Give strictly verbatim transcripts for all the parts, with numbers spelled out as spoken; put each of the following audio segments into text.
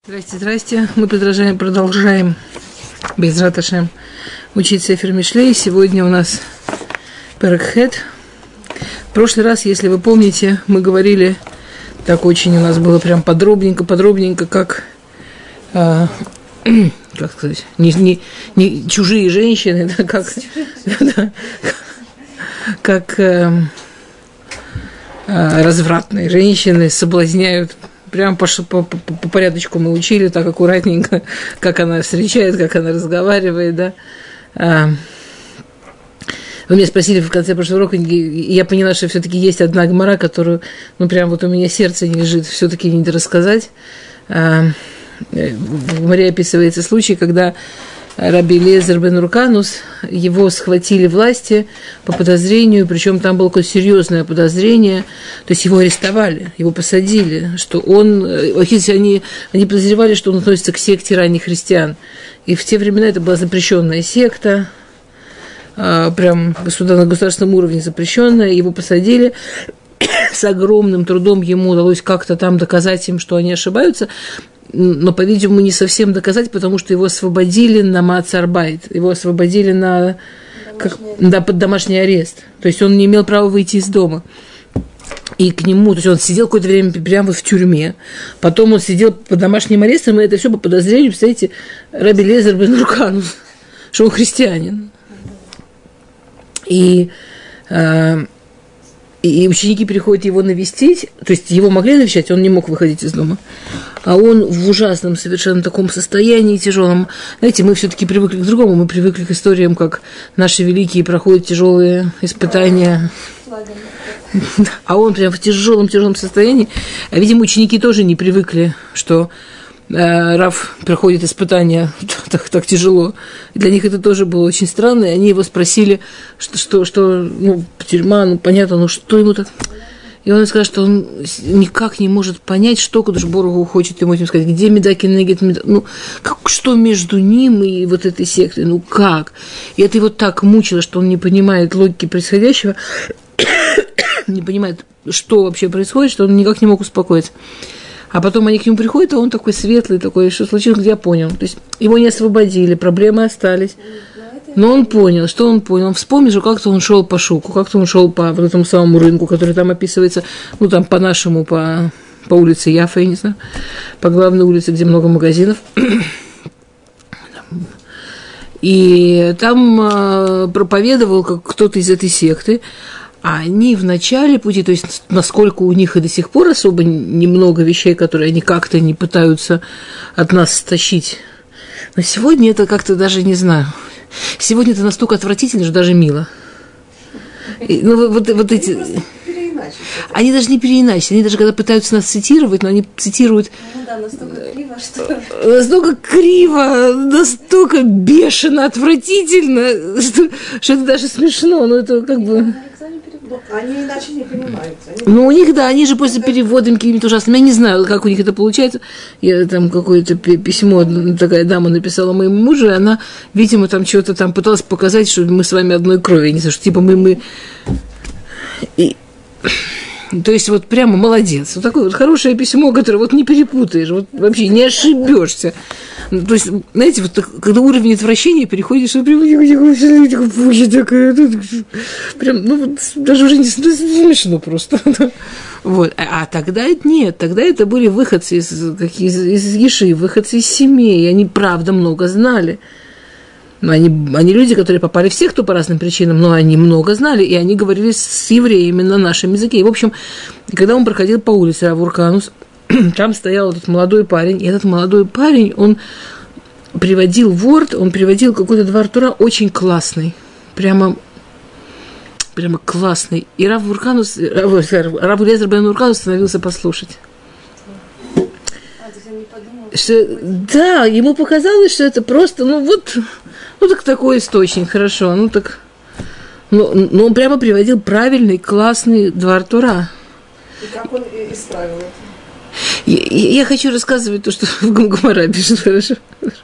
Здрасте, здрасте. Мы продолжаем, продолжаем Бе'эзрат Ашем учить Сефер Мишлей. Сегодня у нас Перек Хет. В прошлый раз, если вы помните, мы говорили, так очень у нас было прям подробненько, подробненько, как, а, как сказать, не, не, не чужие женщины, да, как, да, как а, а, развратные женщины соблазняют. Прям по, по, по, по порядочку мы учили, так аккуратненько, как она встречает, как она разговаривает, да. А, вы меня спросили в конце прошлого урока, и я поняла, что все-таки есть одна гемара, которую, ну, прям вот у меня сердце не лежит, все-таки не рассказать. А, в гемаре описывается случай, когда Раби Элиэзер бен Руканус, его схватили власти по подозрению, причем там было какое-то серьезное подозрение, то есть его арестовали, его посадили, что он, они, они подозревали, что он относится к секте ранних христиан, и в те времена это была запрещенная секта, прям на государственном уровне запрещенная, его посадили, с огромным трудом ему удалось как-то там доказать им, что они ошибаются, но, по-видимому, не совсем доказать, потому что его освободили на маацарбайт, его освободили на, как, да, под домашний арест. То есть он не имел права выйти из дома. И к нему, то есть он сидел какое-то время прямо в тюрьме, потом он сидел под домашним арестом, и это все по подозрению, представляете, Раби Элиэзер бен Руканус, что он христианин. И... Э, И ученики приходят его навестить, то есть его могли навещать, он не мог выходить из дома. А он в ужасном совершенно таком состоянии тяжелом. Знаете, мы все-таки привыкли к другому, мы привыкли к историям, как наши великие проходят тяжелые испытания. А он прям в тяжелом-тяжелом состоянии. А, видимо, ученики тоже не привыкли, что э, Рав проходит испытания так, так тяжело. Для них это тоже было очень странно, и они его спросили, что, что, что ну, тюрьма, ну, понятно, ну, что ему так... И он сказал, что он никак не может понять, что Кадош Борух Ху хочет ему этим сказать, где Медаки Негет Меда, ну, как, что между ним и вот этой сектой, ну, как? И это его так мучило, что он не понимает логики происходящего, не понимает, что вообще происходит, что он никак не мог успокоиться. А потом они к нему приходят, а он такой светлый, такой, что случилось, где я понял. То есть его не освободили, проблемы остались. Но он понял, что он понял. Он вспомнил, что как-то он шел по шуку, как-то он шел по вот этому самому рынку, который там описывается, ну, там по-нашему, по, по улице Яфа, я не знаю, по главной улице, где много магазинов. И там э, проповедовал как кто-то из этой секты. А они в начале пути, то есть насколько у них и до сих пор особо немного вещей, которые они как-то не пытаются от нас стащить. Но сегодня это как-то даже не знаю. Сегодня это настолько отвратительно, что даже мило. И, ну, вот, вот эти... Они даже не переиначат. Они даже когда пытаются нас цитировать, но они цитируют... Ну да, настолько криво, что... Настолько криво, настолько бешено, отвратительно, что, что это даже смешно. Ну, это как бы... Они иначе не понимают. Они... Ну, у них, да, они же после перевода какими-то ужасными. Я не знаю, как у них это получается. Я там какое-то письмо, такая дама написала моему мужу, и она, видимо, там чего-то там пыталась показать, что мы с вами одной крови. Я не знаю, что типа мы... мы... И... То есть вот прямо молодец. Вот такое вот хорошее письмо, которое вот не перепутаешь, вот вообще не ошибешься. То есть, знаете, вот так, когда уровень отвращения переходит, что прям прям, ну, вот, даже уже не смешно просто. Вот. А, а тогда нет, тогда это были выходцы из, из, из Еши, выходцы из семей, они правда много знали. Они, они люди, которые попали в секту по разным причинам, но они много знали, и они говорили с евреями на нашем языке. И, в общем, когда он проходил по улице Рав Урканус, там стоял этот молодой парень, и этот молодой парень, он приводил ворд, он приводил какой-то двор Тора очень классный, прямо, прямо классный. И Рав Урканус, Рав Элиэзер бен Урканус становился послушать. Что, да, ему показалось, что это просто, ну вот, ну так такой источник, хорошо, ну так, ну, ну он прямо приводил правильный, классный двор Тора. И как он исправил это? Я, я хочу рассказывать то, что в Гемара пишет, хорошо.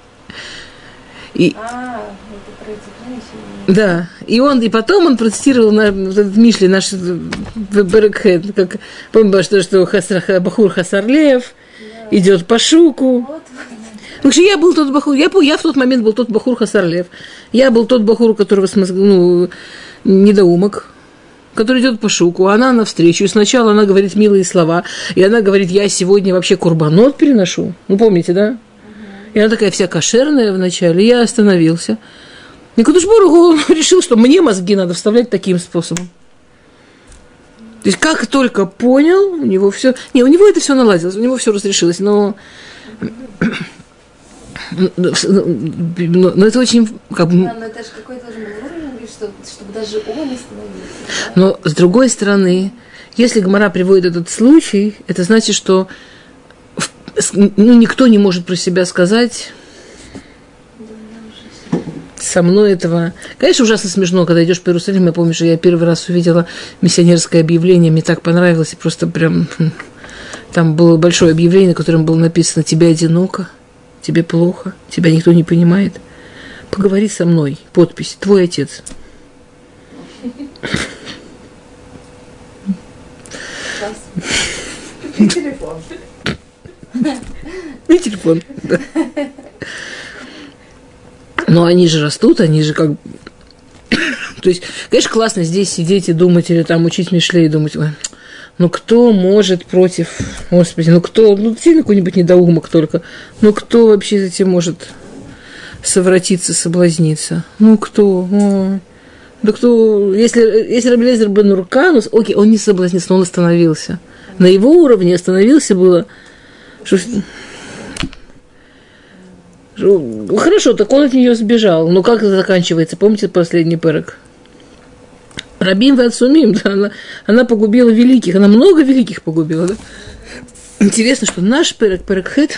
И, а, это про этих женщин. Да, и он, и потом он процитировал на, вот этот Мишли, наш Перек Хет, как, помню, что, что Хасар, Бахур Хасарлеев, идет по шуку. Потому что я был тот бахур, я, я в тот момент был тот бахур хасарлев. Я был тот бахур, у которого ну, недоумок, который идет по шуку, она навстречу. И сначала она говорит милые слова, и она говорит, я сегодня вообще курбанот переношу. Ну, помните, да? И она такая вся кошерная вначале. Я остановился. И Кадош Барух Ху решил, что мне мозги надо вставлять таким способом. То есть, как только понял, у него все... Не, у него это все наладилось, у него все разрешилось, но... Но, но это очень... Как бы... Да, но это же какой-то уже уровень, чтобы, чтобы даже он остановился. Да? Но, с другой стороны, если Гемара приводит этот случай, это значит, что ну, никто не может про себя сказать... Со мной этого... Конечно, ужасно смешно, когда идешь по Иерусалиму. Я помню, что я первый раз увидела миссионерское объявление. Мне так понравилось. И просто прям... Там было большое объявление, на котором было написано «Тебе одиноко, тебе плохо, тебя никто не понимает. Поговори со мной». Подпись «Твой отец». И телефон. И телефон, да. Но они же растут, они же как... То есть, конечно, классно здесь сидеть и думать, или там учить Мишлей и думать, ой, ну кто может против... Господи, ну кто... Ну, сильно какой-нибудь недоумок только. Ну кто вообще с этим может совратиться, соблазниться? Ну кто? Ой. Да кто... Если, если Раби Элиэзер бен Урканус, окей, он не соблазнился, но он остановился. На его уровне остановился было... Что... Хорошо, так он от нее сбежал. Но как это заканчивается? Помните последний перек? Рабим вацумим, да, она, она погубила великих, она много великих погубила, да? Интересно, что наш перек, перек хет,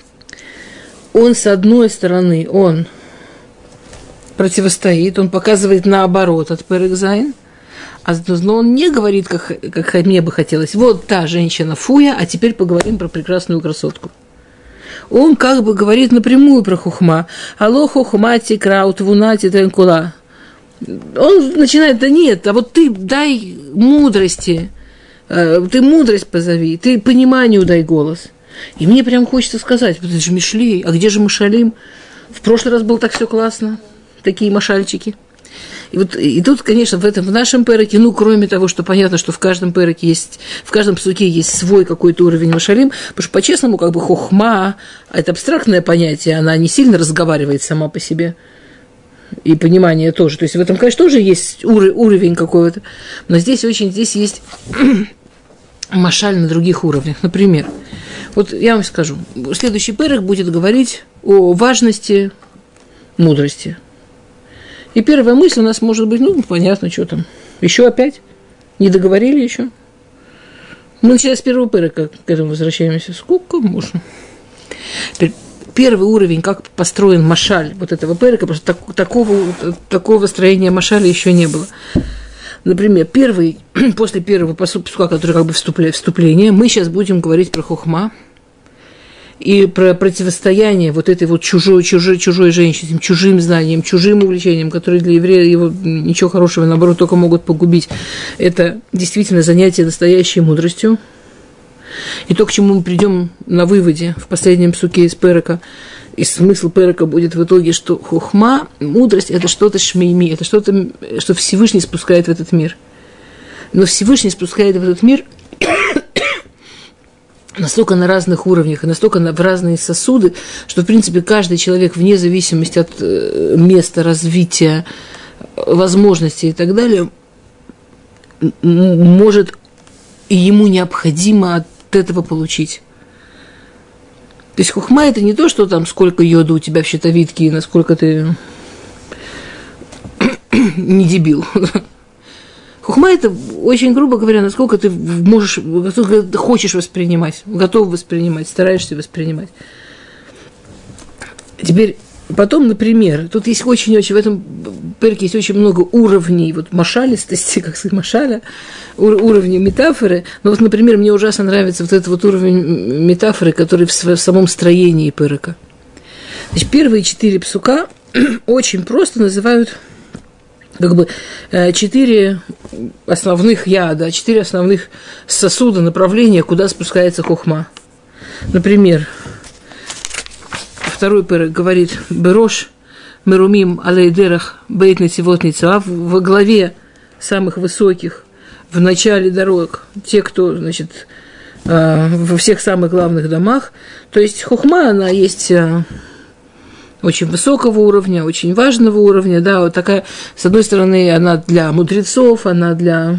он с одной стороны, он противостоит, он показывает наоборот от перек зайн, но он не говорит, как, как мне бы хотелось. Вот та женщина фуя, а теперь поговорим про прекрасную красотку. Он как бы говорит напрямую про хухма. Алло хухма тикра утвунати тенкула. Он начинает, да нет, а вот ты дай мудрости, ты мудрость позови, ты пониманию дай голос. И мне прям хочется сказать, вот это же Мишлей, а где же Машалим? В прошлый раз было так все классно, такие машальчики. И, вот, и тут, конечно, в этом, в нашем переке, ну, кроме того, что понятно, что в каждом переке есть, в каждом псуке есть свой какой-то уровень машалим, потому что, по-честному, как бы хохма, это абстрактное понятие, она не сильно разговаривает сама по себе. И понимание тоже. То есть в этом, конечно, тоже есть ур- уровень какой-то. Но здесь очень, здесь есть машаль на других уровнях. Например, вот я вам скажу, следующий перек будет говорить о важности мудрости. И первая мысль у нас может быть, ну, понятно, что там. Еще опять? Не договорили еще? Мы сейчас с первого перека к этому возвращаемся. Сколько можно? Первый уровень, как построен машаль вот этого перека, просто так, такого, такого строения машаля еще не было. Например, первый, после первого пасука, который как бы вступление, мы сейчас будем говорить про хохма и про противостояние вот этой вот чужой, чужой, чужой женщине, чужим знанием, чужим увлечением, которые для еврея его ничего хорошего, наоборот, только могут погубить. Это действительно занятие настоящей мудростью. И то, к чему мы придем на выводе в последнем псуке из перека, и смысл перека будет в итоге, что хохма, мудрость – это что-то шмейми, это что-то, что Всевышний спускает в этот мир. Но Всевышний спускает в этот мир настолько на разных уровнях, и настолько на, в разные сосуды, что, в принципе, каждый человек, вне зависимости от э, места развития, возможностей и так далее, м- может, и ему необходимо от этого получить. То есть хухма – это не то, что там сколько йода у тебя в щитовидке и насколько ты не дебил. Хухма – это, очень грубо говоря, насколько ты можешь, насколько ты хочешь воспринимать, готов воспринимать, стараешься воспринимать. Теперь, потом, например, тут есть очень-очень, в этом перке есть очень много уровней вот машалистости, как сказать, машаля, уровней метафоры. Но вот, например, мне ужасно нравится вот этот вот уровень метафоры, который в самом строении перека. Значит, первые четыре псука очень просто называют как бы четыре основных яда, четыре основных сосуда, направления, куда спускается хохма. Например, второй перек говорит «Берош мерумим алейдерах бейт нативот ницав» во главе самых высоких, в начале дорог, те, кто, значит, во всех самых главных домах. То есть хохма, она есть очень высокого уровня, очень важного уровня, да, вот такая, с одной стороны, она для мудрецов, она для,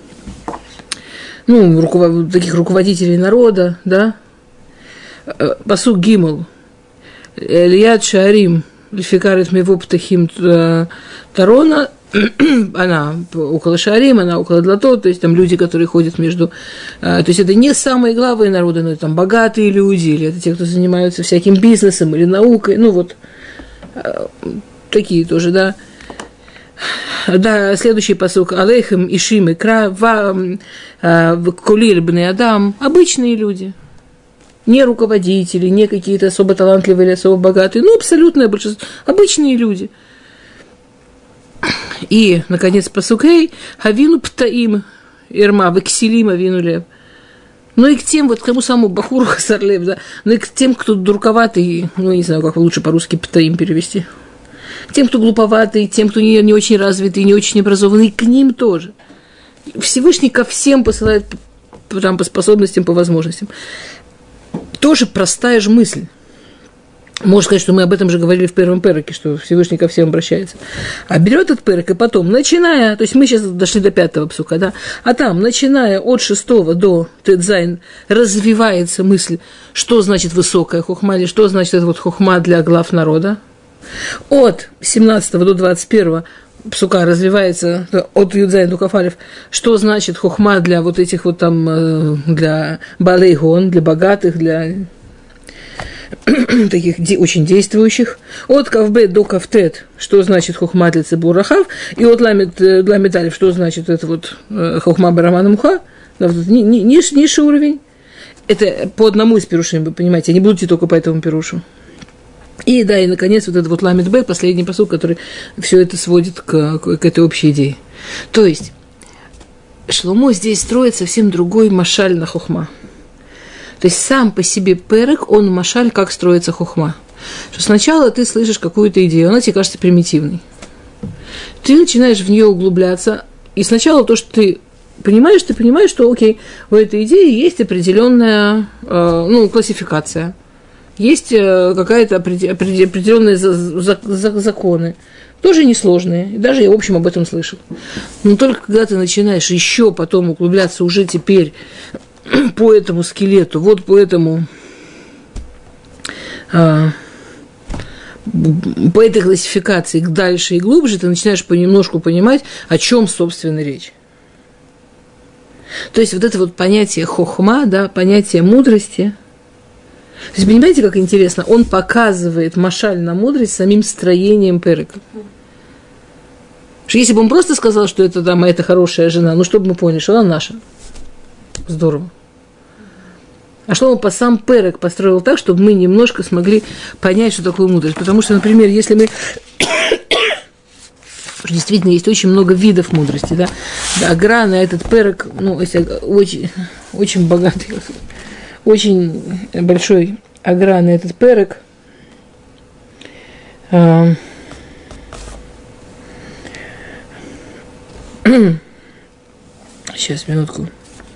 ну, руковод... таких руководителей народа, да. Пасук Гимл. Эльяд Шаарим Лификарит Мево Птахим Тарона. Она около Шаарим, она около Длато, то есть там люди, которые ходят между... То есть это не самые главные народы, но это там богатые люди, или это те, кто занимаются всяким бизнесом или наукой, ну вот такие тоже, да. Да, следующий пасук. Алейхем Ишим Икра Кулиль Бней Адам. Обычные люди. Не руководители, не какие-то особо талантливые или особо богатые, ну, абсолютное большинство. Обычные люди. И, наконец, пасукей, Хавину Птаим, Ирма, Векселим, Авину Лев. Ну и к тем, вот к тому самому Бахуру Хасарлев, да, ну и к тем, кто дураковатый, ну, не знаю, как лучше по-русски Птаим перевести. К тем, кто глуповатый, тем, кто не, не очень развитый, не очень образованный, к ним тоже. Всевышний ко всем посылает там, по способностям, по возможностям. Тоже простая же мысль. Можно сказать, что мы об этом же говорили в первом переке, что Всевышний ко всем обращается. А берет этот перек, и потом, начиная, то есть мы сейчас дошли до пятого псука, да, а там, начиная от шестого до Тедзайн, развивается мысль, что значит высокая хохма, или что значит это вот хохма для глав народа. От семнадцатого до двадцать первого псука развивается, от Юдзайн до Кафалев, что значит хохма для вот этих вот там, для балейгон, для богатых, для таких де, очень действующих. От Кавбет до Кавтет, что значит хохма для Цибур Рахав, и от Ламет, Ламет Алиф, что значит это вот хохма Барамана Муха, ниж, низший уровень. Это по одному из пирушим, вы понимаете, я не буду идти только по этому пирушу. И да, и наконец вот этот вот Ламет Б, последний пасук, который все это сводит к, к, к этой общей идее. То есть Шломо здесь строит совсем другой машаль на хохма. То есть сам по себе перек, он машаль, как строится хохма. Что сначала ты слышишь какую-то идею, она тебе кажется примитивной. Ты начинаешь в нее углубляться, и сначала то, что ты понимаешь, ты понимаешь, что, окей, у этой идеи есть определенная, э, ну, классификация, есть э, какая-то определенные законы, тоже несложные, и даже я, в общем, об этом слышал. Но только когда ты начинаешь еще потом углубляться уже теперь по этому скелету, вот по этому, а, по этой классификации дальше и глубже, ты начинаешь понемножку понимать, о чем, собственно, речь. То есть вот это вот понятие хохма, да, понятие мудрости. То есть, понимаете, как интересно? Он показывает машаль на мудрость самим строением перека. Что если бы он просто сказал, что это да, моя хорошая жена, ну, чтобы мы поняли, что она наша. Здорово. А что он по сам перек построил так, чтобы мы немножко смогли понять, что такое мудрость. Потому что, например, если мы... Действительно, есть очень много видов мудрости, да. Да, Агра на этот перек, ну, очень, очень богатый, очень большой Агра на этот перек. Сейчас, минутку.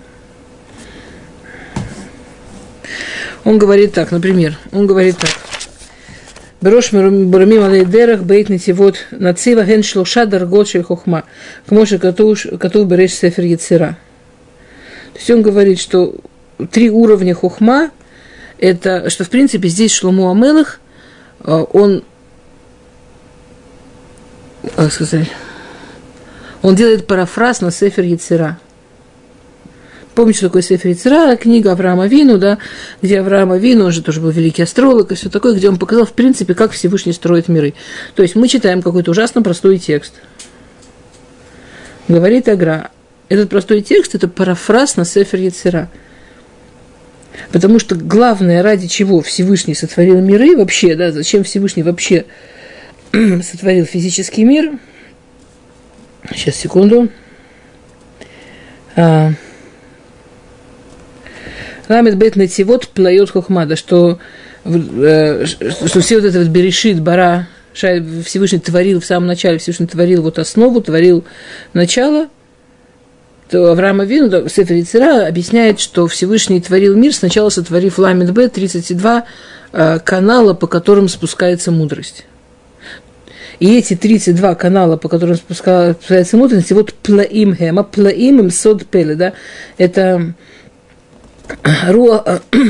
Он говорит так, например, он говорит так. Брош барамим алейдерах бейт нитивот нацива ген шлоша даргот шель хохма. Кмоши катув береш сефер яцера. То есть он говорит, что три уровня хохма, это, что в принципе здесь Шломо Амелех, он, как сказать, он делает парафраз на сефер яцера. Помните, что такое Сефер Яцера, книга Авраама Авину, да, где Авраам Авину, он же тоже был великий астролог и все такое, где он показал, в принципе, как Всевышний строит миры. То есть мы читаем какой-то ужасно простой текст. Говорит Агра. Этот простой текст – это парафраз на Сефер Яцера. Потому что главное, ради чего Всевышний сотворил миры, вообще, да, зачем Всевышний вообще сотворил физический мир. Сейчас, секунду. Ламет бет нативот плает хохма, да, что, э, что все вот это вот берешит, бара, Всевышний творил в самом начале, Всевышний творил вот основу, творил начало, то Авраам Авину, да, Сефер Йецера объясняет, что Всевышний творил мир, сначала сотворив Ламет бет, тридцать два э, канала, по которым спускается мудрость. И эти тридцать два канала, по которым спускается мудрость, вот плаим хема, плаим им сод пеле, да, это руах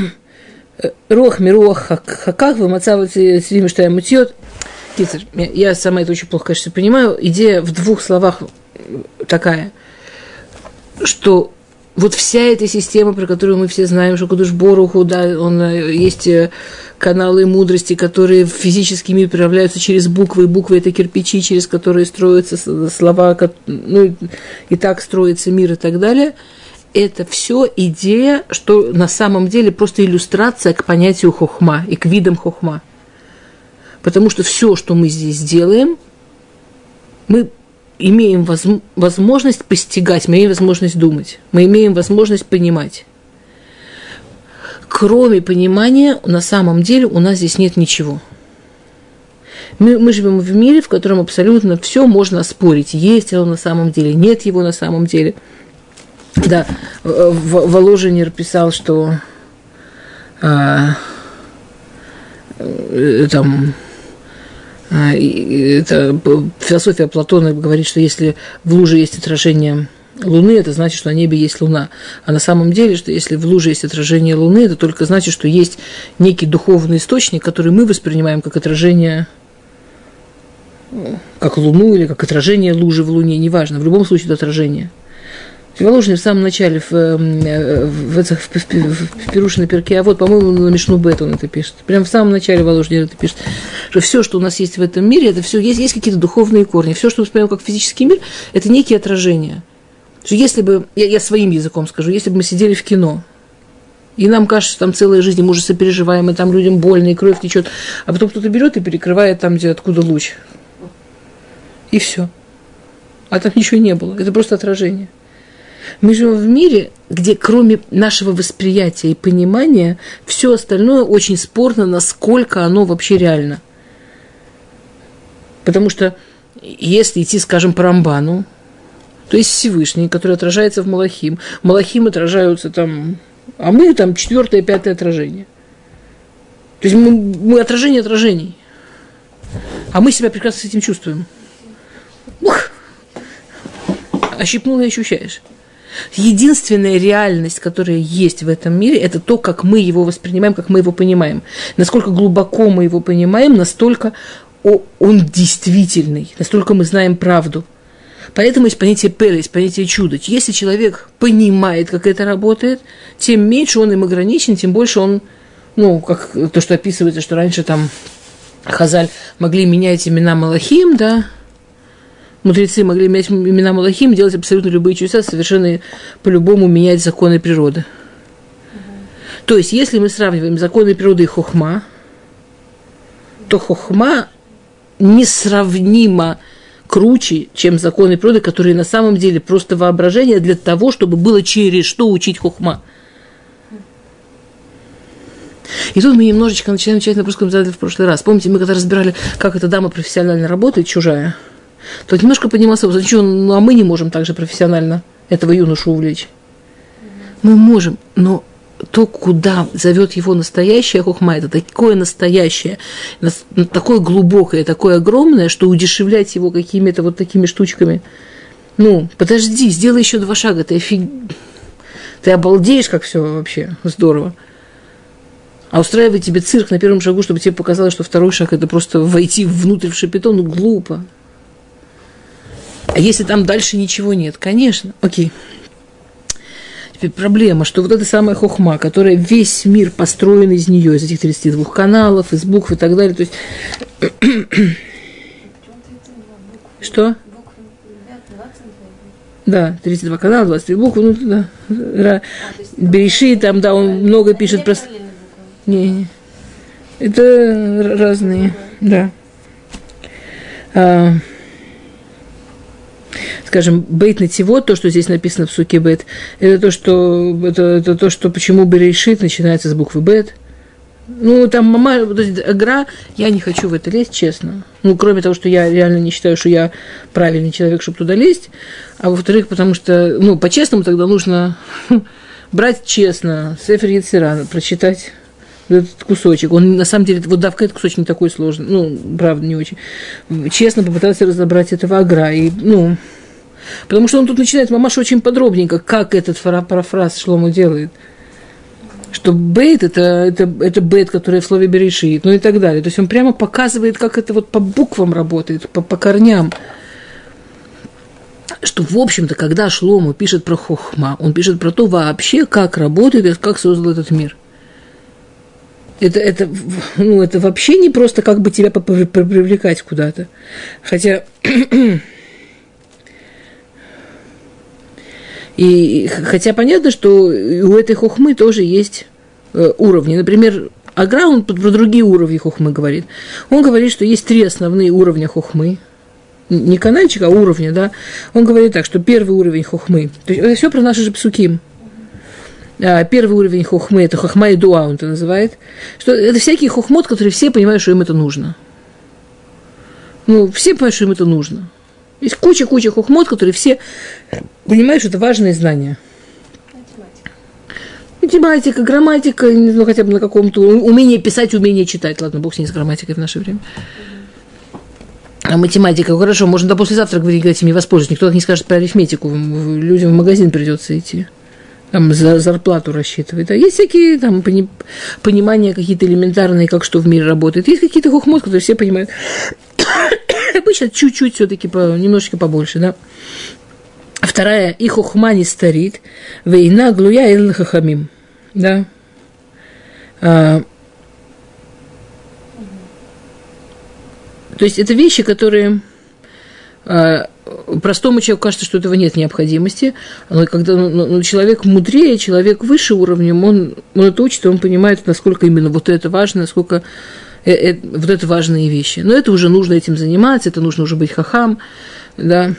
мируах хаках, вымацавать срими, что я мутьет. Я сама это очень плохо, конечно, понимаю. Идея в двух словах такая, что вот вся эта система, про которую мы все знаем, что Кадош Боруху, да, он, есть каналы мудрости, которые в физический мир проявляются через буквы, и буквы – это кирпичи, через которые строятся слова, ну, и так строится мир и так далее. Это все идея, что на самом деле просто иллюстрация к понятию хохма и к видам хохма. Потому что все, что мы здесь делаем, мы имеем воз- возможность постигать, мы имеем возможность думать, мы имеем возможность понимать. Кроме понимания, на самом деле у нас здесь нет ничего. Мы, мы живем в мире, в котором абсолютно все можно оспорить. Есть оно на самом деле, нет его на самом деле. Да, Воложенер писал, что а, там... Это философия Платона говорит, что если в луже есть отражение Луны, это значит, что на небе есть Луна. А на самом деле, что если в луже есть отражение Луны, это только значит, что есть некий духовный источник, который мы воспринимаем как отражение, как Луну или как отражение лужи в Луне, неважно, в любом случае это отражение. Воложенер в самом начале в, в, в, в, в Пирушиной перке, а вот, по-моему, на Мишну Бет он это пишет. Прямо в самом начале Воложенер это пишет, что все, что у нас есть в этом мире, это все есть, есть какие-то духовные корни. Все, что мы воспринимаем как физический мир, это некие отражения. Что если бы, я, я своим языком скажу, если бы мы сидели в кино, и нам кажется, что там целая жизнь, мы уже сопереживаем, и там людям больно, и кровь течет, а потом кто-то берет и перекрывает там, где откуда луч. И все. А там ничего не было. Это просто отражение. Мы живем в мире, где кроме нашего восприятия и понимания, все остальное очень спорно, насколько оно вообще реально. Потому что если идти, скажем, по Рамбану, то есть Всевышний, который отражается в Малахим, Малахим отражаются там, а мы там четвертое, пятое отражение. То есть мы, мы отражение отражений. А мы себя прекрасно с этим чувствуем. Ух! Ощипнул и ощущаешь. Единственная реальность, которая есть в этом мире, это то, как мы его воспринимаем, как мы его понимаем. Насколько глубоко мы его понимаем, настолько он действительный, настолько мы знаем правду. Поэтому есть понятие пеле, есть понятие чуда. Если человек понимает, как это работает, тем меньше он им ограничен, тем больше он, ну, как то, что описывается, что раньше там Хазаль могли менять имена Малахим, да, мудрецы могли менять имена Малахим, делать абсолютно любые чудеса, совершенно по-любому менять законы природы. Mm-hmm. То есть, если мы сравниваем законы природы и хохма, то хохма несравнимо круче, чем законы природы, которые на самом деле просто воображение для того, чтобы было через что учить хохма. И тут мы немножечко начинаем начать на русском задали в прошлый раз. Помните, мы когда разбирали, как эта дама профессионально работает, чужая, то немножко поднимался вопрос, что, ну, а мы не можем так же профессионально этого юношу увлечь. Мы можем, но то, куда зовет его настоящая хохма, это такое настоящее, такое глубокое, такое огромное, что удешевлять его какими-то вот такими штучками. Ну, подожди, сделай еще два шага, ты офиг... Ты обалдеешь, как все вообще здорово. А устраивать тебе цирк на первом шагу, чтобы тебе показалось, что второй шаг – это просто войти внутрь в шапито, ну, глупо. А если там дальше ничего нет? Конечно, окей. Теперь проблема, что вот эта самая хохма, которая весь мир построен из нее, из этих тридцати двух каналов, из букв и так далее, то есть... Что? Да, тридцать два канала, двадцать три буквы, ну, да. Береши, там, да, он много пишет про... Не, не. Это разные, да. А... скажем, бейт нативот, то, что здесь написано в суке бет, это то, что, это, это то, что почему берешит начинается с буквы бет. Ну, там мама, вот игра, я не хочу в это лезть, честно. Ну, кроме того, что я реально не считаю, что я правильный человек, чтобы туда лезть. А во-вторых, потому что, ну, по-честному тогда нужно брать честно Сефер Йецера, прочитать этот кусочек. Он, на самом деле, вот давка этот кусочек не такой сложный. Ну, правда, не очень. Честно попытаться разобрать этого агра. И, ну, потому что он тут начинает, мамаша, очень подробненько, как этот парафраз Шломо делает. Что бейт это, это, это бейт, который в слове берешит, ну и так далее. То есть он прямо показывает, как это вот по буквам работает, по, по корням. Что, в общем-то, когда Шломо пишет про хохма, он пишет про то вообще, как работает и как создал этот мир. Это, это, ну, это вообще не просто как бы тебя привлекать куда-то. Хотя... И хотя понятно, что у этой хохмы тоже есть э, уровни. Например, Агра, он про другие уровни хохмы говорит. Он говорит, что есть три основные уровня хохмы. Не канальчик, а уровня, да. Он говорит так, что первый уровень хохмы, то есть это все про наши же псуким. А, первый уровень хохмы, это хохма и дуа, он это называет. Что это всякие хохмот, которые все понимают, что им это нужно. Ну, все понимают, что им это нужно. Есть куча-куча хохмот, которые все понимают, что это важные знания. Математика. Математика, грамматика, ну, хотя бы на каком-то... Умение писать, умение читать. Ладно, бог с ней с грамматикой в наше время. А математика, хорошо, можно до послезавтра говорить, этим не воспользоваться. Никто так не скажет про арифметику. Людям в магазин придется идти. Там за зарплату рассчитывать. А есть всякие там пони- понимания какие-то элементарные, как что в мире работает. Есть какие-то хохмот, которые все понимают. Обычно чуть-чуть все-таки, по, немножечко побольше, да. Вторая, и хохма не старит, вейна глуя эл хахамим, да. А, то есть это вещи, которые а, простому человеку кажется, что этого нет необходимости, но когда ну, ну, человек мудрее, человек выше уровнем, он, он это учит, он понимает, насколько именно вот это важно, насколько э, э, вот это важные вещи. Но это уже нужно этим заниматься, это нужно уже быть хахам, да.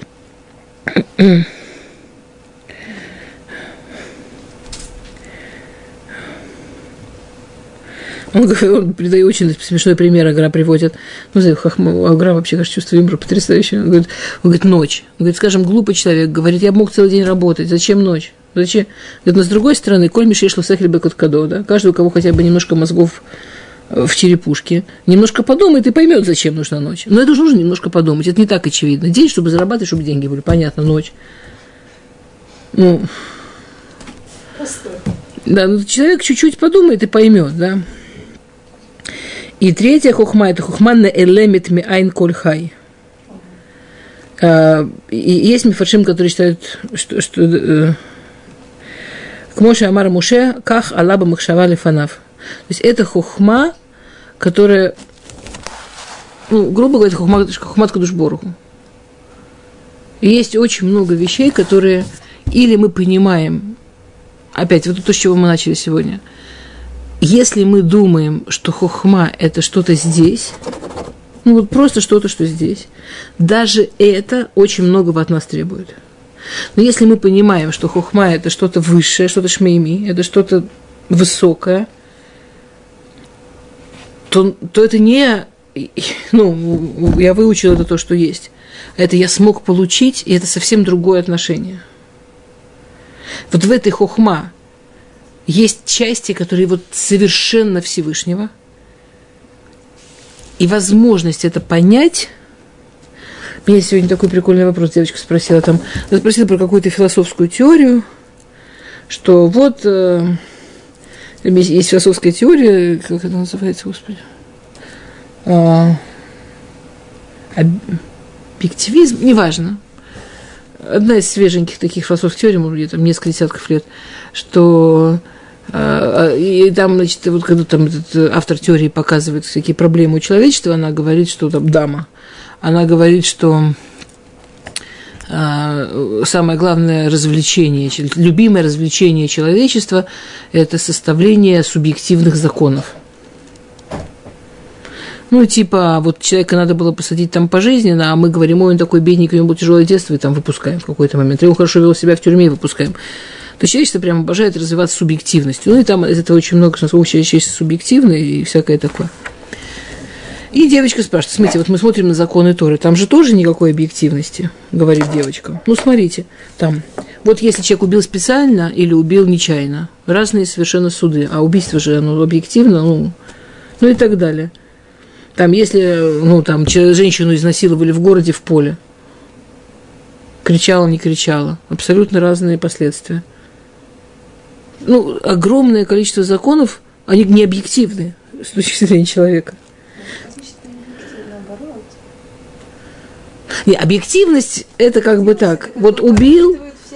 Он, он придает очень смешной пример, Агра приводит. Ну, знаете, Агра вообще, кажется, чувство юмора потрясающее. Он говорит, он говорит, ночь. Он говорит, скажем, глупый человек, говорит, я мог целый день работать, зачем ночь? Зачем? Говорит, но с другой стороны, коль мишей шло сехли бекоткадо, да, каждый, у кого хотя бы немножко мозгов в черепушке, немножко подумает и поймет, зачем нужна ночь. Но это уже нужно немножко подумать, это не так очевидно. День, чтобы зарабатывать, чтобы деньги были, понятно, ночь. Ну, Постой. Да, ну человек чуть-чуть подумает и поймет, да. И третья хохма – это хохма на элемет ми айн коль хай. И есть мифаршим, которые считают, что, что к Моше Амар Муше ках алаба махшава лефанав. То есть это хохма, которая, ну, грубо говоря, хохма, хохмат кадуш боруху. И есть очень много вещей, которые или мы понимаем, опять, вот то, с чего мы начали сегодня. Если мы думаем, что хохма – это что-то здесь, ну вот просто что-то, что здесь, даже это очень многого от нас требует. Но если мы понимаем, что хохма – это что-то высшее, что-то шмейми, это что-то высокое, то, то это не, ну, я выучил это то, что есть. Это я смог получить, и это совсем другое отношение. Вот в этой хохма есть части, которые вот совершенно Всевышнего, и возможность это понять. Меня сегодня такой прикольный вопрос девочка спросила, там, она спросила про какую-то философскую теорию, что вот э, есть философская теория, как это называется, господи, а, объективизм, неважно. Одна из свеженьких таких философских теорий, может быть, там несколько десятков лет, что и там, значит, вот когда там этот автор теории показывает всякие проблемы у человечества, она говорит, что там дама, она говорит, что а, самое главное развлечение, любимое развлечение человечества – это составление субъективных законов. Ну, типа, вот человека надо было посадить там пожизненно, а мы говорим, ой, он такой бедненький, у него было тяжелое детство, и там выпускаем в какой-то момент. Или он хорошо вел себя в тюрьме, и выпускаем. То есть человечество прям обожает развиваться субъективностью. Ну, и там из этого очень много, очень субъективно и всякое такое. И девочка спрашивает, смотрите, вот мы смотрим на законы Торы, там же тоже никакой объективности, говорит девочка. Ну, смотрите, там, вот если человек убил специально или убил нечаянно, разные совершенно суды, а убийство же, оно объективно, ну, ну и так далее. Там, если, ну, там, женщину изнасиловали в городе, в поле, кричала, не кричала, абсолютно разные последствия. Ну, огромное количество законов, они не объективны с точки зрения человека. Не, объективность – это как бы так. Вот убил…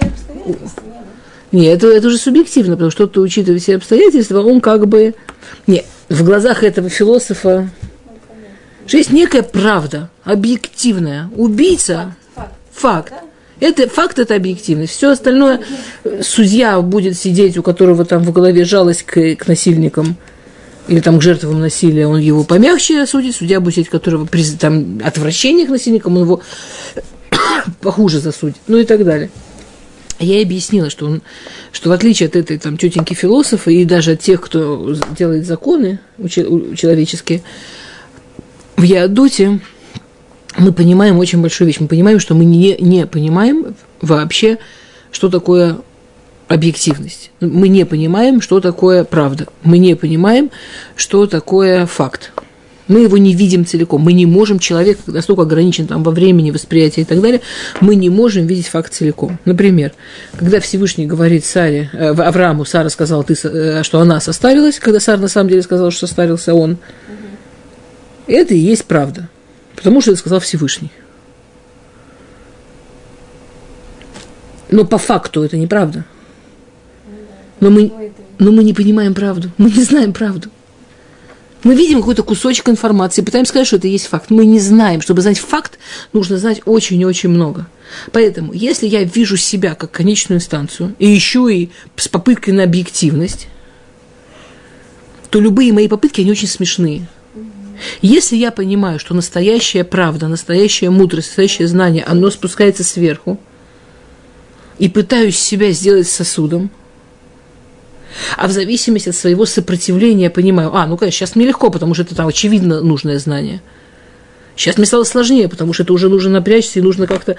Нет, это, это уже субъективно, потому что кто-то, учитывая все обстоятельства, он как бы… Нет, в глазах этого философа что есть некая правда, объективная. Убийца – факт. факт. факт. Это, факт – это объективность. Все остальное судья будет сидеть, у которого там в голове жалость к, к насильникам или там к жертвам насилия, он его помягче осудит, судья будет сидеть, которого там отвращение к насильникам, он его похуже засудит, ну и так далее. Я ей объяснила, что, он, что в отличие от этой там тетеньки философа и даже от тех, кто делает законы человеческие, в Яадуте мы понимаем очень большую вещь. Мы понимаем, что мы не, не понимаем вообще, что такое объективность. Мы не понимаем, что такое правда. Мы не понимаем, что такое факт. Мы его не видим целиком. Мы не можем, человек настолько ограничен там, во времени, восприятии и так далее, мы не можем видеть факт целиком. Например, когда Всевышний говорит Саре, э, Аврааму, Сара сказала, ты, э, что она состарилась, когда Сара на самом деле сказала, что состарился он, это и есть правда. Потому что это сказал Всевышний. Но по факту это неправда. Но мы, но мы не понимаем правду. Мы не знаем правду. Мы видим какой-то кусочек информации, пытаемся сказать, что это есть факт. Мы не знаем. Чтобы знать факт, нужно знать очень и очень много. Поэтому, если я вижу себя как конечную инстанцию, и еще и с попыткой на объективность, то любые мои попытки, они очень смешные. Если я понимаю, что настоящая правда, настоящая мудрость, настоящее знание, оно спускается сверху, и пытаюсь себя сделать сосудом, а в зависимости от своего сопротивления понимаю, а, ну, конечно, сейчас мне легко, потому что это там очевидно нужное знание. Сейчас мне стало сложнее, потому что это уже нужно напрячься, и нужно как-то,